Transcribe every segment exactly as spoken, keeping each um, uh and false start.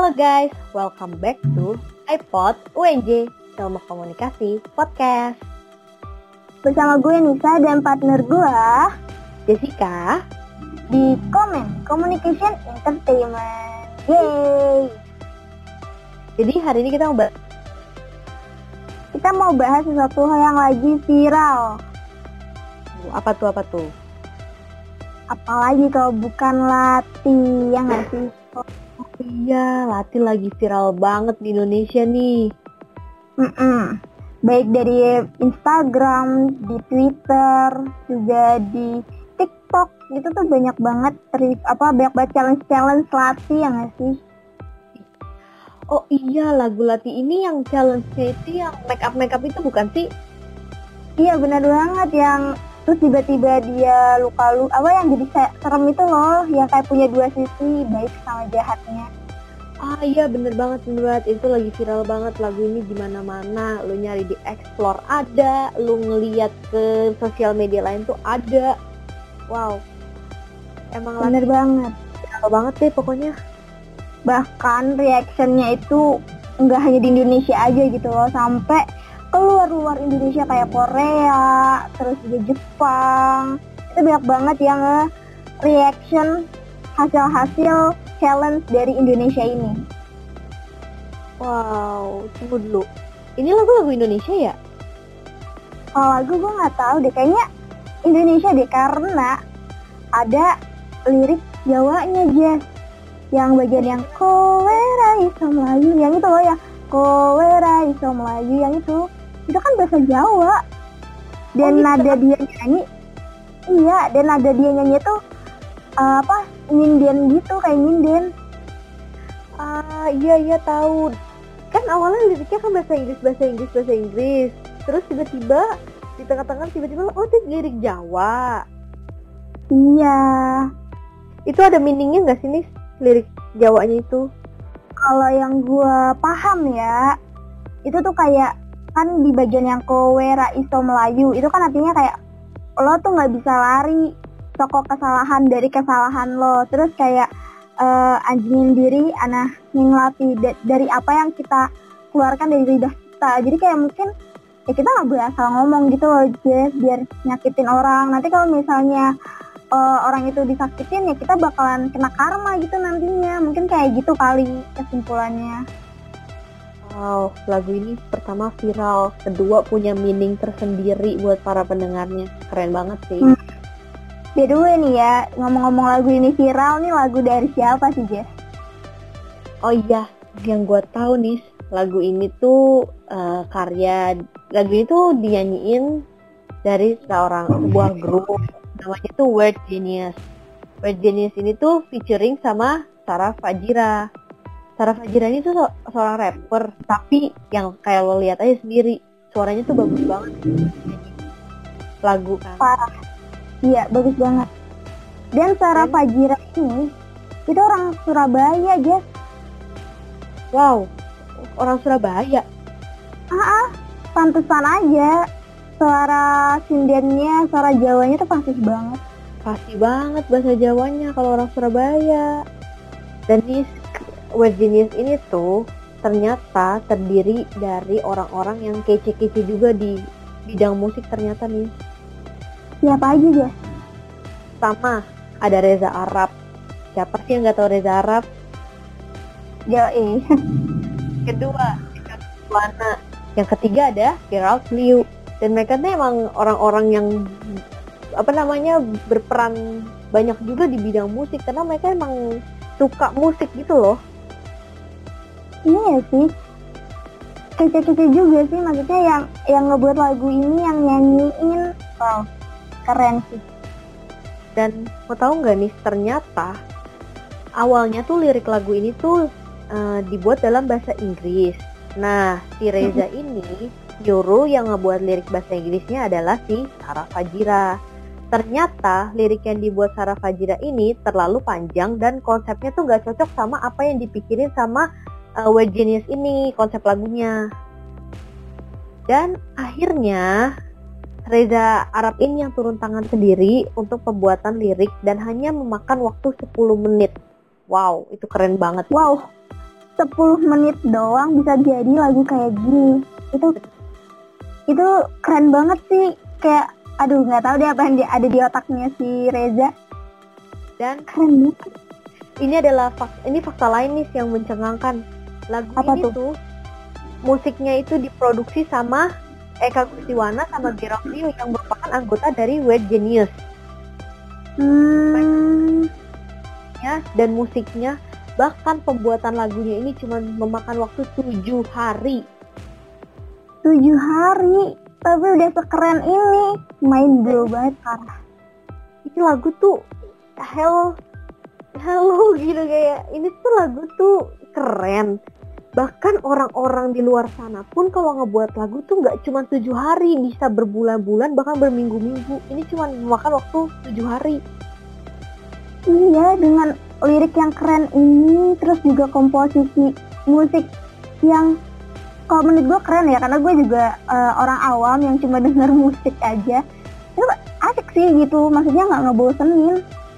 Halo guys, welcome back to iPod U N J, Ilmu Komunikasi Podcast. Bersama gue Nisa dan partner gue Jessica di Komen Communication Entertainment. Yeay. Jadi hari ini kita mau bahas Kita mau bahas sesuatu hal yang lagi viral. Apa tuh, apa tuh? Apalagi kalau bukan Lati, ya nggak sih? Oh iya, Lati lagi viral banget di Indonesia nih. Mm-mm. Baik dari Instagram, di Twitter, juga di TikTok, itu tuh banyak banget tri- apa banyak banget challenge-challenge Lati, ya nggak sih? Oh iya, lagu Lati ini yang challenge-nya itu yang make up make up itu bukan sih? Iya benar banget, yang terus tiba-tiba dia luka-luka, apa yang jadi serem itu loh, yang kayak punya dua sisi, baik sama jahatnya. Ah iya, bener banget, bener banget. Itu lagi viral banget lagu ini di mana-mana. Lu nyari di explore ada, lu ngeliat ke sosial media lain tuh ada. Wow, emang Bener Lati banget. viral banget deh pokoknya. Bahkan reactionnya itu nggak hanya di Indonesia aja gitu loh, sampai keluar-luar Indonesia kayak Korea, terus juga Jepang. Itu banyak banget yang reaction hasil-hasil challenge dari Indonesia ini. Wow, tunggu dulu. Ini lagu-lagu Indonesia ya? Kalau lagu gue nggak tahu deh, kayaknya Indonesia deh, karena ada lirik Jawanya, Jess. Yang bagian yang kowe ra iso mlayu, yang itu loh ya, kowe ra iso mlayu, yang itu itu kan bahasa Jawa. Dan Oh, gitu. nada dia nyanyi, iya, dan nada dia nyanyi tuh uh, apa nyinden gitu, kayak nyinden. Ah iya iya tahu. Kan awalnya liriknya kan bahasa Inggris, bahasa Inggris, bahasa Inggris. Terus tiba-tiba di tengah-tengah tiba-tiba oh itu lirik Jawa. Iya, Itu ada meaningnya nggak sih nih lirik Jawanya itu? kalau yang gue paham ya, itu tuh kayak kan di bagian yang kowe ra iso melayu, itu kan artinya kayak lo tuh nggak bisa lari soko kesalahan dari kesalahan lo, terus kayak uh, anjingin diri anah ninglapi da- dari apa yang kita keluarkan dari lidah kita. Jadi kayak mungkin ya kita nggak boleh asal ngomong gitu loh, Jess, biar nyakitin orang. Nanti kalau misalnya uh, orang itu disakitin, ya kita bakalan kena karma gitu nantinya. Mungkin kayak gitu kali kesimpulannya. Wow, lagu ini pertama viral, kedua punya meaning tersendiri buat para pendengarnya. Keren banget sih. Hmm. By the way nih ya, ngomong-ngomong lagu ini viral, nih lagu dari siapa sih, Jess? Oh iya, yang gue tahu nih, lagu ini tuh uh, karya, lagu ini tuh dinyanyiin dari seorang sebuah grup, namanya tuh Weird Genius. Weird Genius ini tuh featuring sama Sarah Fajira. Sarah Fajira ini tuh se- seorang rapper, tapi yang kayak lo lihat aja sendiri, suaranya tuh bagus banget. Lagu kan. Parah. Iya, bagus banget. Dan Sarah Dan- Fajira ini, itu orang Surabaya, Jess. Wow, orang Surabaya. Ah, pantesan aja. Suara sindennya, suara Jawanya tuh pasti banget. Pasti banget bahasa Jawanya kalau orang Surabaya. Dan nih Weird Genius ini tuh ternyata terdiri dari orang-orang yang kece-kece juga di bidang musik ternyata nih. Siapa aja, Jess? Pertama ada Reza Arab. Siapa sih yang nggak tahu Reza Arab? Yoi. Kedua Tika Tuswana. Yang ketiga ada Gerald Liu. Dan mereka tuh emang orang-orang yang apa namanya berperan banyak juga di bidang musik karena mereka emang suka musik gitu loh. Iya sih. Kece-kece juga sih, maksudnya yang yang ngebuat lagu ini, yang nyanyiin. Wow, keren sih. Dan mau tahu nggak nih, ternyata awalnya tuh lirik lagu ini tuh uh, dibuat dalam bahasa Inggris. Nah, si Reza ini nyuruh yang ngebuat lirik bahasa Inggrisnya adalah si Sarah Fajira. Ternyata lirik yang dibuat Sarah Fajira ini terlalu panjang dan konsepnya tuh nggak cocok sama apa yang dipikirin sama uh, Weird Genius ini, konsep lagunya. Dan akhirnya Reza Arab ini yang turun tangan sendiri untuk pembuatan lirik dan hanya memakan waktu sepuluh menit. Wow, itu keren banget. Wow, sepuluh menit doang bisa jadi lagu kayak gini. Itu itu keren banget sih. Kayak aduh nggak tahu deh apa yang di- ada di otaknya si Reza. Dan Keren banget. ini adalah fak- ini fakta lain nih yang mencengangkan. Lagu Apa ini tuh? tuh musiknya itu diproduksi sama Eka Gustiwana sama Gerald Rio yang merupakan anggota dari Weird Genius. Hmm, Ya, dan musiknya, bahkan pembuatan lagunya ini cuma memakan waktu tujuh hari. tujuh hari. Tapi udah sekeren ini. Main blow banget parah. Ini lagu tuh hell hello gitu, kayak ini tuh lagu tuh keren. Bahkan orang-orang di luar sana pun kalau ngebuat lagu tuh nggak cuma tujuh hari, bisa berbulan-bulan bahkan berminggu-minggu. Ini cuma memakan waktu tujuh hari. Iya, dengan lirik yang keren ini, terus juga komposisi musik yang kalau menurut gue keren ya, karena gue juga uh, orang awam yang cuma denger musik aja. Itu asik sih gitu, maksudnya nggak ngebosenin.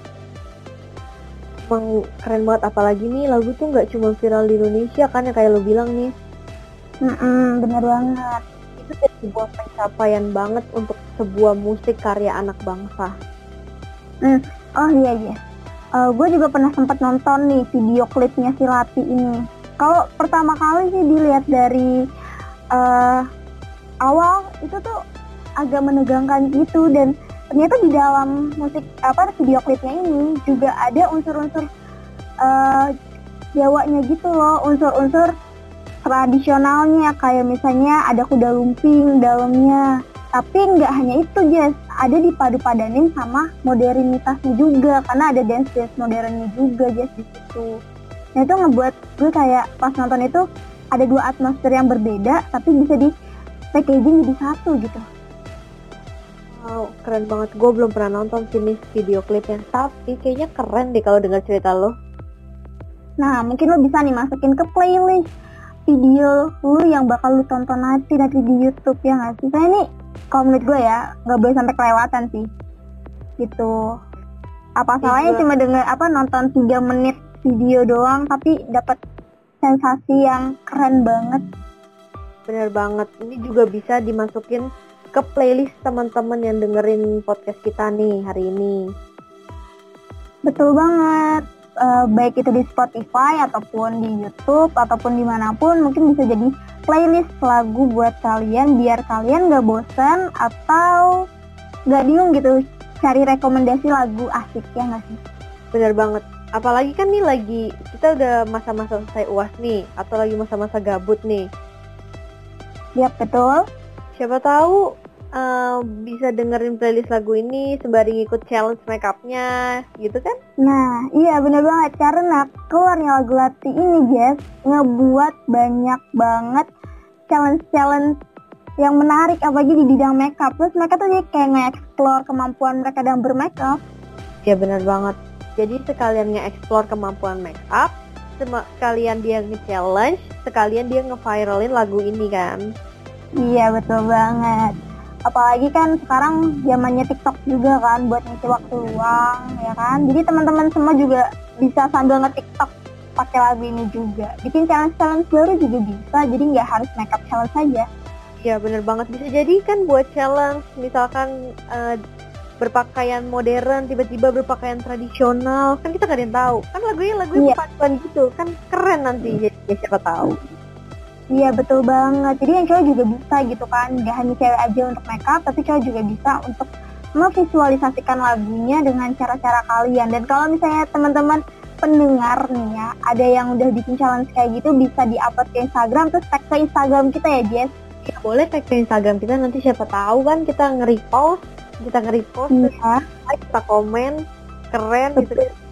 Emang keren banget, apalagi nih lagu tuh nggak cuma viral di Indonesia kan, yang kayak lo bilang nih. Mm-mm, bener banget. Itu kayak sebuah pencapaian banget untuk sebuah musik karya anak bangsa. Hmm. Oh iya iya. Uh, gue juga pernah sempat nonton nih video klipnya si Lati ini. Kalau pertama kali sih dilihat dari uh, awal itu tuh agak menegangkan gitu, dan ternyata di dalam musik apa video klipnya ini juga ada unsur-unsur uh, Jawanya gitu loh, unsur-unsur tradisionalnya, kayak misalnya ada kuda lumping dalamnya. Tapi nggak hanya itu, Jess, ada dipadu-padanin sama modernitasnya juga, karena ada dance-dance modernnya juga, Jess, di situ. Nah itu ngebuat gue kayak pas nonton itu ada dua atmosfer yang berbeda, tapi bisa di packaging jadi satu gitu. Wow, keren banget. Gue belum pernah nonton sini video klipnya, tapi kayaknya keren deh kalau dengar cerita lo. Nah mungkin lo bisa nih masukin ke playlist video lu yang bakal lu tonton nanti nanti di YouTube, ya nggak sih? Saya nih kalau menurut gue ya nggak boleh sampai kelewatan sih gitu. Apa salahnya cuma denger apa nonton tiga menit video doang tapi dapat sensasi yang keren banget. Bener banget, ini juga bisa dimasukin ke playlist teman-teman yang dengerin podcast kita nih hari ini. Betul banget. Uh, baik itu di Spotify ataupun di YouTube ataupun dimanapun, mungkin bisa jadi playlist lagu buat kalian biar kalian gak bosan atau gak bingung gitu cari rekomendasi lagu asik, ya gak sih? Bener banget, apalagi kan nih lagi kita udah masa-masa selesai U A S nih, atau lagi masa-masa gabut nih. Yap, betul. Siapa tahu uh, bisa dengerin playlist lagu ini sembari ngikut challenge makeupnya gitu kan? Nah iya bener banget, karena keluarnya lagu Lati ini, Jess, ngebuat banyak banget challenge-challenge yang menarik apalagi di bidang makeup. Terus mereka tuh jadi kayak nge-explore kemampuan mereka dalam bermakeup. Ya bener banget, jadi sekalian nge-explore kemampuan makeup, sekalian dia nge-challenge, sekalian dia nge-viralin lagu ini kan. Iya betul banget. Apalagi kan sekarang zamannya TikTok juga kan buat ngisi waktu luang, ya kan. Jadi teman-teman semua juga bisa sambil nge-TikTok pakai lagu ini juga. Bikin challenge-challenge baru juga bisa, jadi nggak harus makeup challenge saja. Iya bener banget, bisa jadi kan buat challenge misalkan uh, berpakaian modern tiba-tiba berpakaian tradisional, kan kita nggak ada yang tahu. Kan lagunya lagunya Iya. paduan gitu, kan keren nanti jadi ya, siapa tahu. Iya betul banget. Jadi yang cowok juga bisa gitu kan, nggak hanya cewek aja untuk makeup, tapi cowok juga bisa untuk memvisualisasikan lagunya dengan cara-cara kalian. Dan kalau misalnya teman-teman pendengar nih ya, ada yang udah bikin challenge kayak gitu, bisa di-upload ke Instagram, terus tag ke Instagram kita ya, Jess. Ya boleh tag ke Instagram kita, nanti siapa tahu kan kita nge-repost, kita nge-repost, terus Iya. like, kita komen, keren gitu.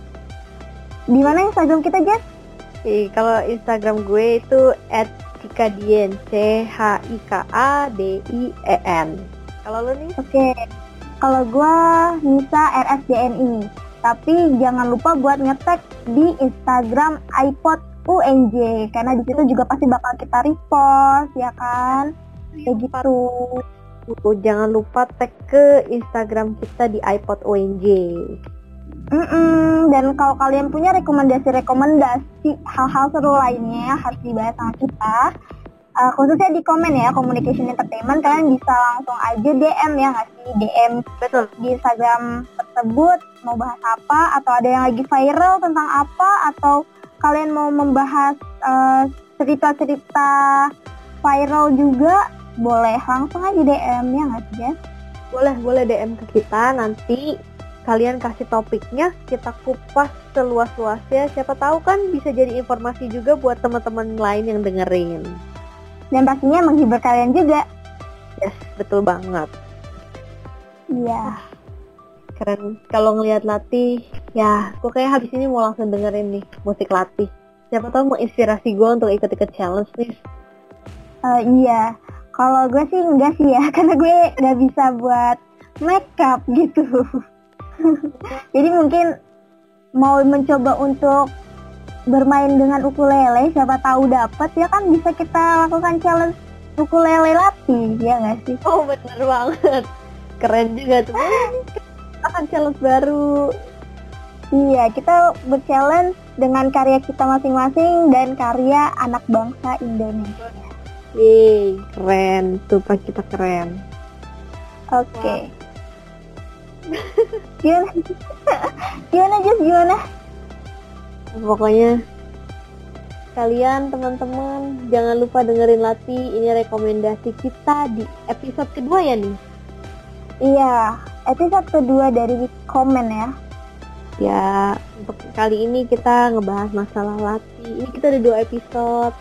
Di mana Instagram kita, Jess? Eh, kalau Instagram gue itu at cikadien, C H I K A D I E N. Kalau lo nih? Oke, kalau gue Nisa R S D N I. Tapi jangan lupa buat nge-tag di Instagram iPod U N J, karena di situ juga pasti bakal kita repost, ya kan? Kayak gitu. Tuh, jangan lupa tag ke Instagram kita di iPod O N J. Mm-mm. Dan kalau kalian punya rekomendasi-rekomendasi hal-hal seru lainnya harus dibahas sama kita, uh, khususnya di komen ya, Communication Entertainment, kalian bisa langsung aja D M ya nggak sih, D M Betul. di Instagram tersebut mau bahas apa, atau ada yang lagi viral tentang apa, atau kalian mau membahas uh, cerita-cerita viral juga, boleh langsung aja D M ya nggak sih, Jess? Boleh, boleh D M ke kita, nanti kalian kasih topiknya, kita kupas seluas-luasnya. Siapa tahu kan bisa jadi informasi juga buat teman-teman lain yang dengerin. Dan pastinya menghibur kalian juga. Yes, betul banget. Iya. Keren. Kalau ngelihat Latih, ya gue kayak habis ini mau langsung dengerin nih musik Latih. Siapa tahu mau inspirasi gue untuk ikut-ikut challenge nih. Uh, iya. Kalau gue sih enggak sih ya, karena gue nggak bisa buat makeup gitu. Jadi mungkin mau mencoba untuk bermain dengan ukulele, siapa tahu dapat ya kan, bisa kita lakukan challenge ukulele Latih, ya nggak sih? Oh bener banget, keren juga tuh. Akan challenge baru. Iya, kita ber-challenge dengan karya kita masing-masing dan karya anak bangsa Indonesia. Yeay, keren tuh, Pak, kita keren. Oke. Okay. Gimana? Gimana Jess, gimana? Pokoknya kalian teman-teman jangan lupa dengerin Latih. Ini rekomendasi kita di episode kedua ya nih. Iya, episode kedua dari komen ya. Ya, untuk kali ini kita ngebahas masalah Latih. Ini kita ada dua episode.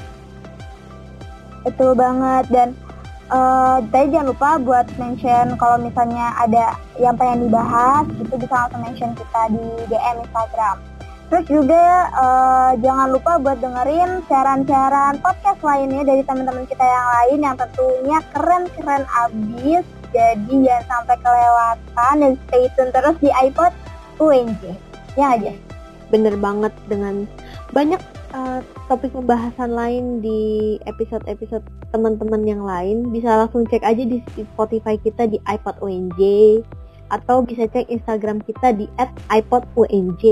Betul banget. Dan Uh, tadi jangan lupa buat mention kalau misalnya ada yang pengen dibahas, itu bisa langsung mention kita di D M Instagram. Terus juga uh, jangan lupa buat dengerin siaran-siaran podcast lainnya dari teman-teman kita yang lain yang tentunya keren-keren abis. Jadi jangan sampai kelewatan dan stay tune terus di iPod U N J. Ya aja. Bener banget, dengan banyak uh, topik pembahasan lain di episode-episode teman-teman yang lain. Bisa langsung cek aja di Spotify kita di iPod U N J, atau bisa cek Instagram kita di et iPod U N J.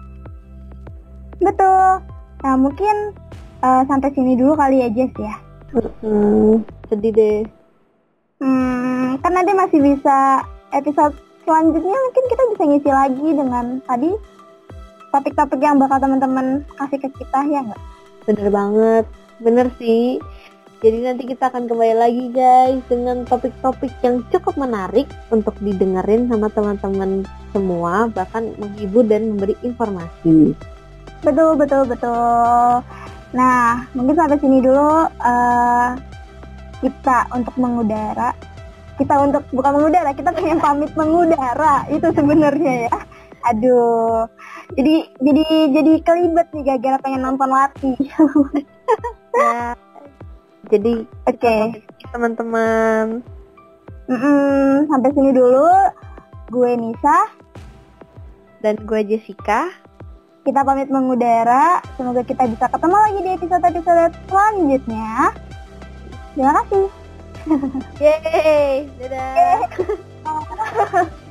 Betul. Nah mungkin uh, sampai sini dulu kali ya Jess ya. Hmm, sedih deh. Hmm, kan nanti masih bisa episode selanjutnya, mungkin kita bisa ngisi lagi dengan tadi topik-topik yang bakal teman-teman kasih ke kita, ya nggak? Bener banget, bener sih. Jadi nanti kita akan kembali lagi guys dengan topik-topik yang cukup menarik untuk didengerin sama teman-teman semua, bahkan menghibur dan memberi informasi. Betul, betul, betul. Nah, mungkin sampai sini dulu uh, kita untuk mengudara. Kita untuk, bukan mengudara, kita pengen pamit mengudara, itu sebenarnya ya. Aduh, jadi jadi jadi kelibet nih gara-gara pengen nonton Latih. Ya, jadi oke okay. Teman-teman. Mm-mm, sampai sini dulu. Gue Nisa dan gue Jessica. Kita pamit mengudara. Semoga kita bisa ketemu lagi di episode-episode selanjutnya. Terima kasih. Yeay, dadah. Yeay.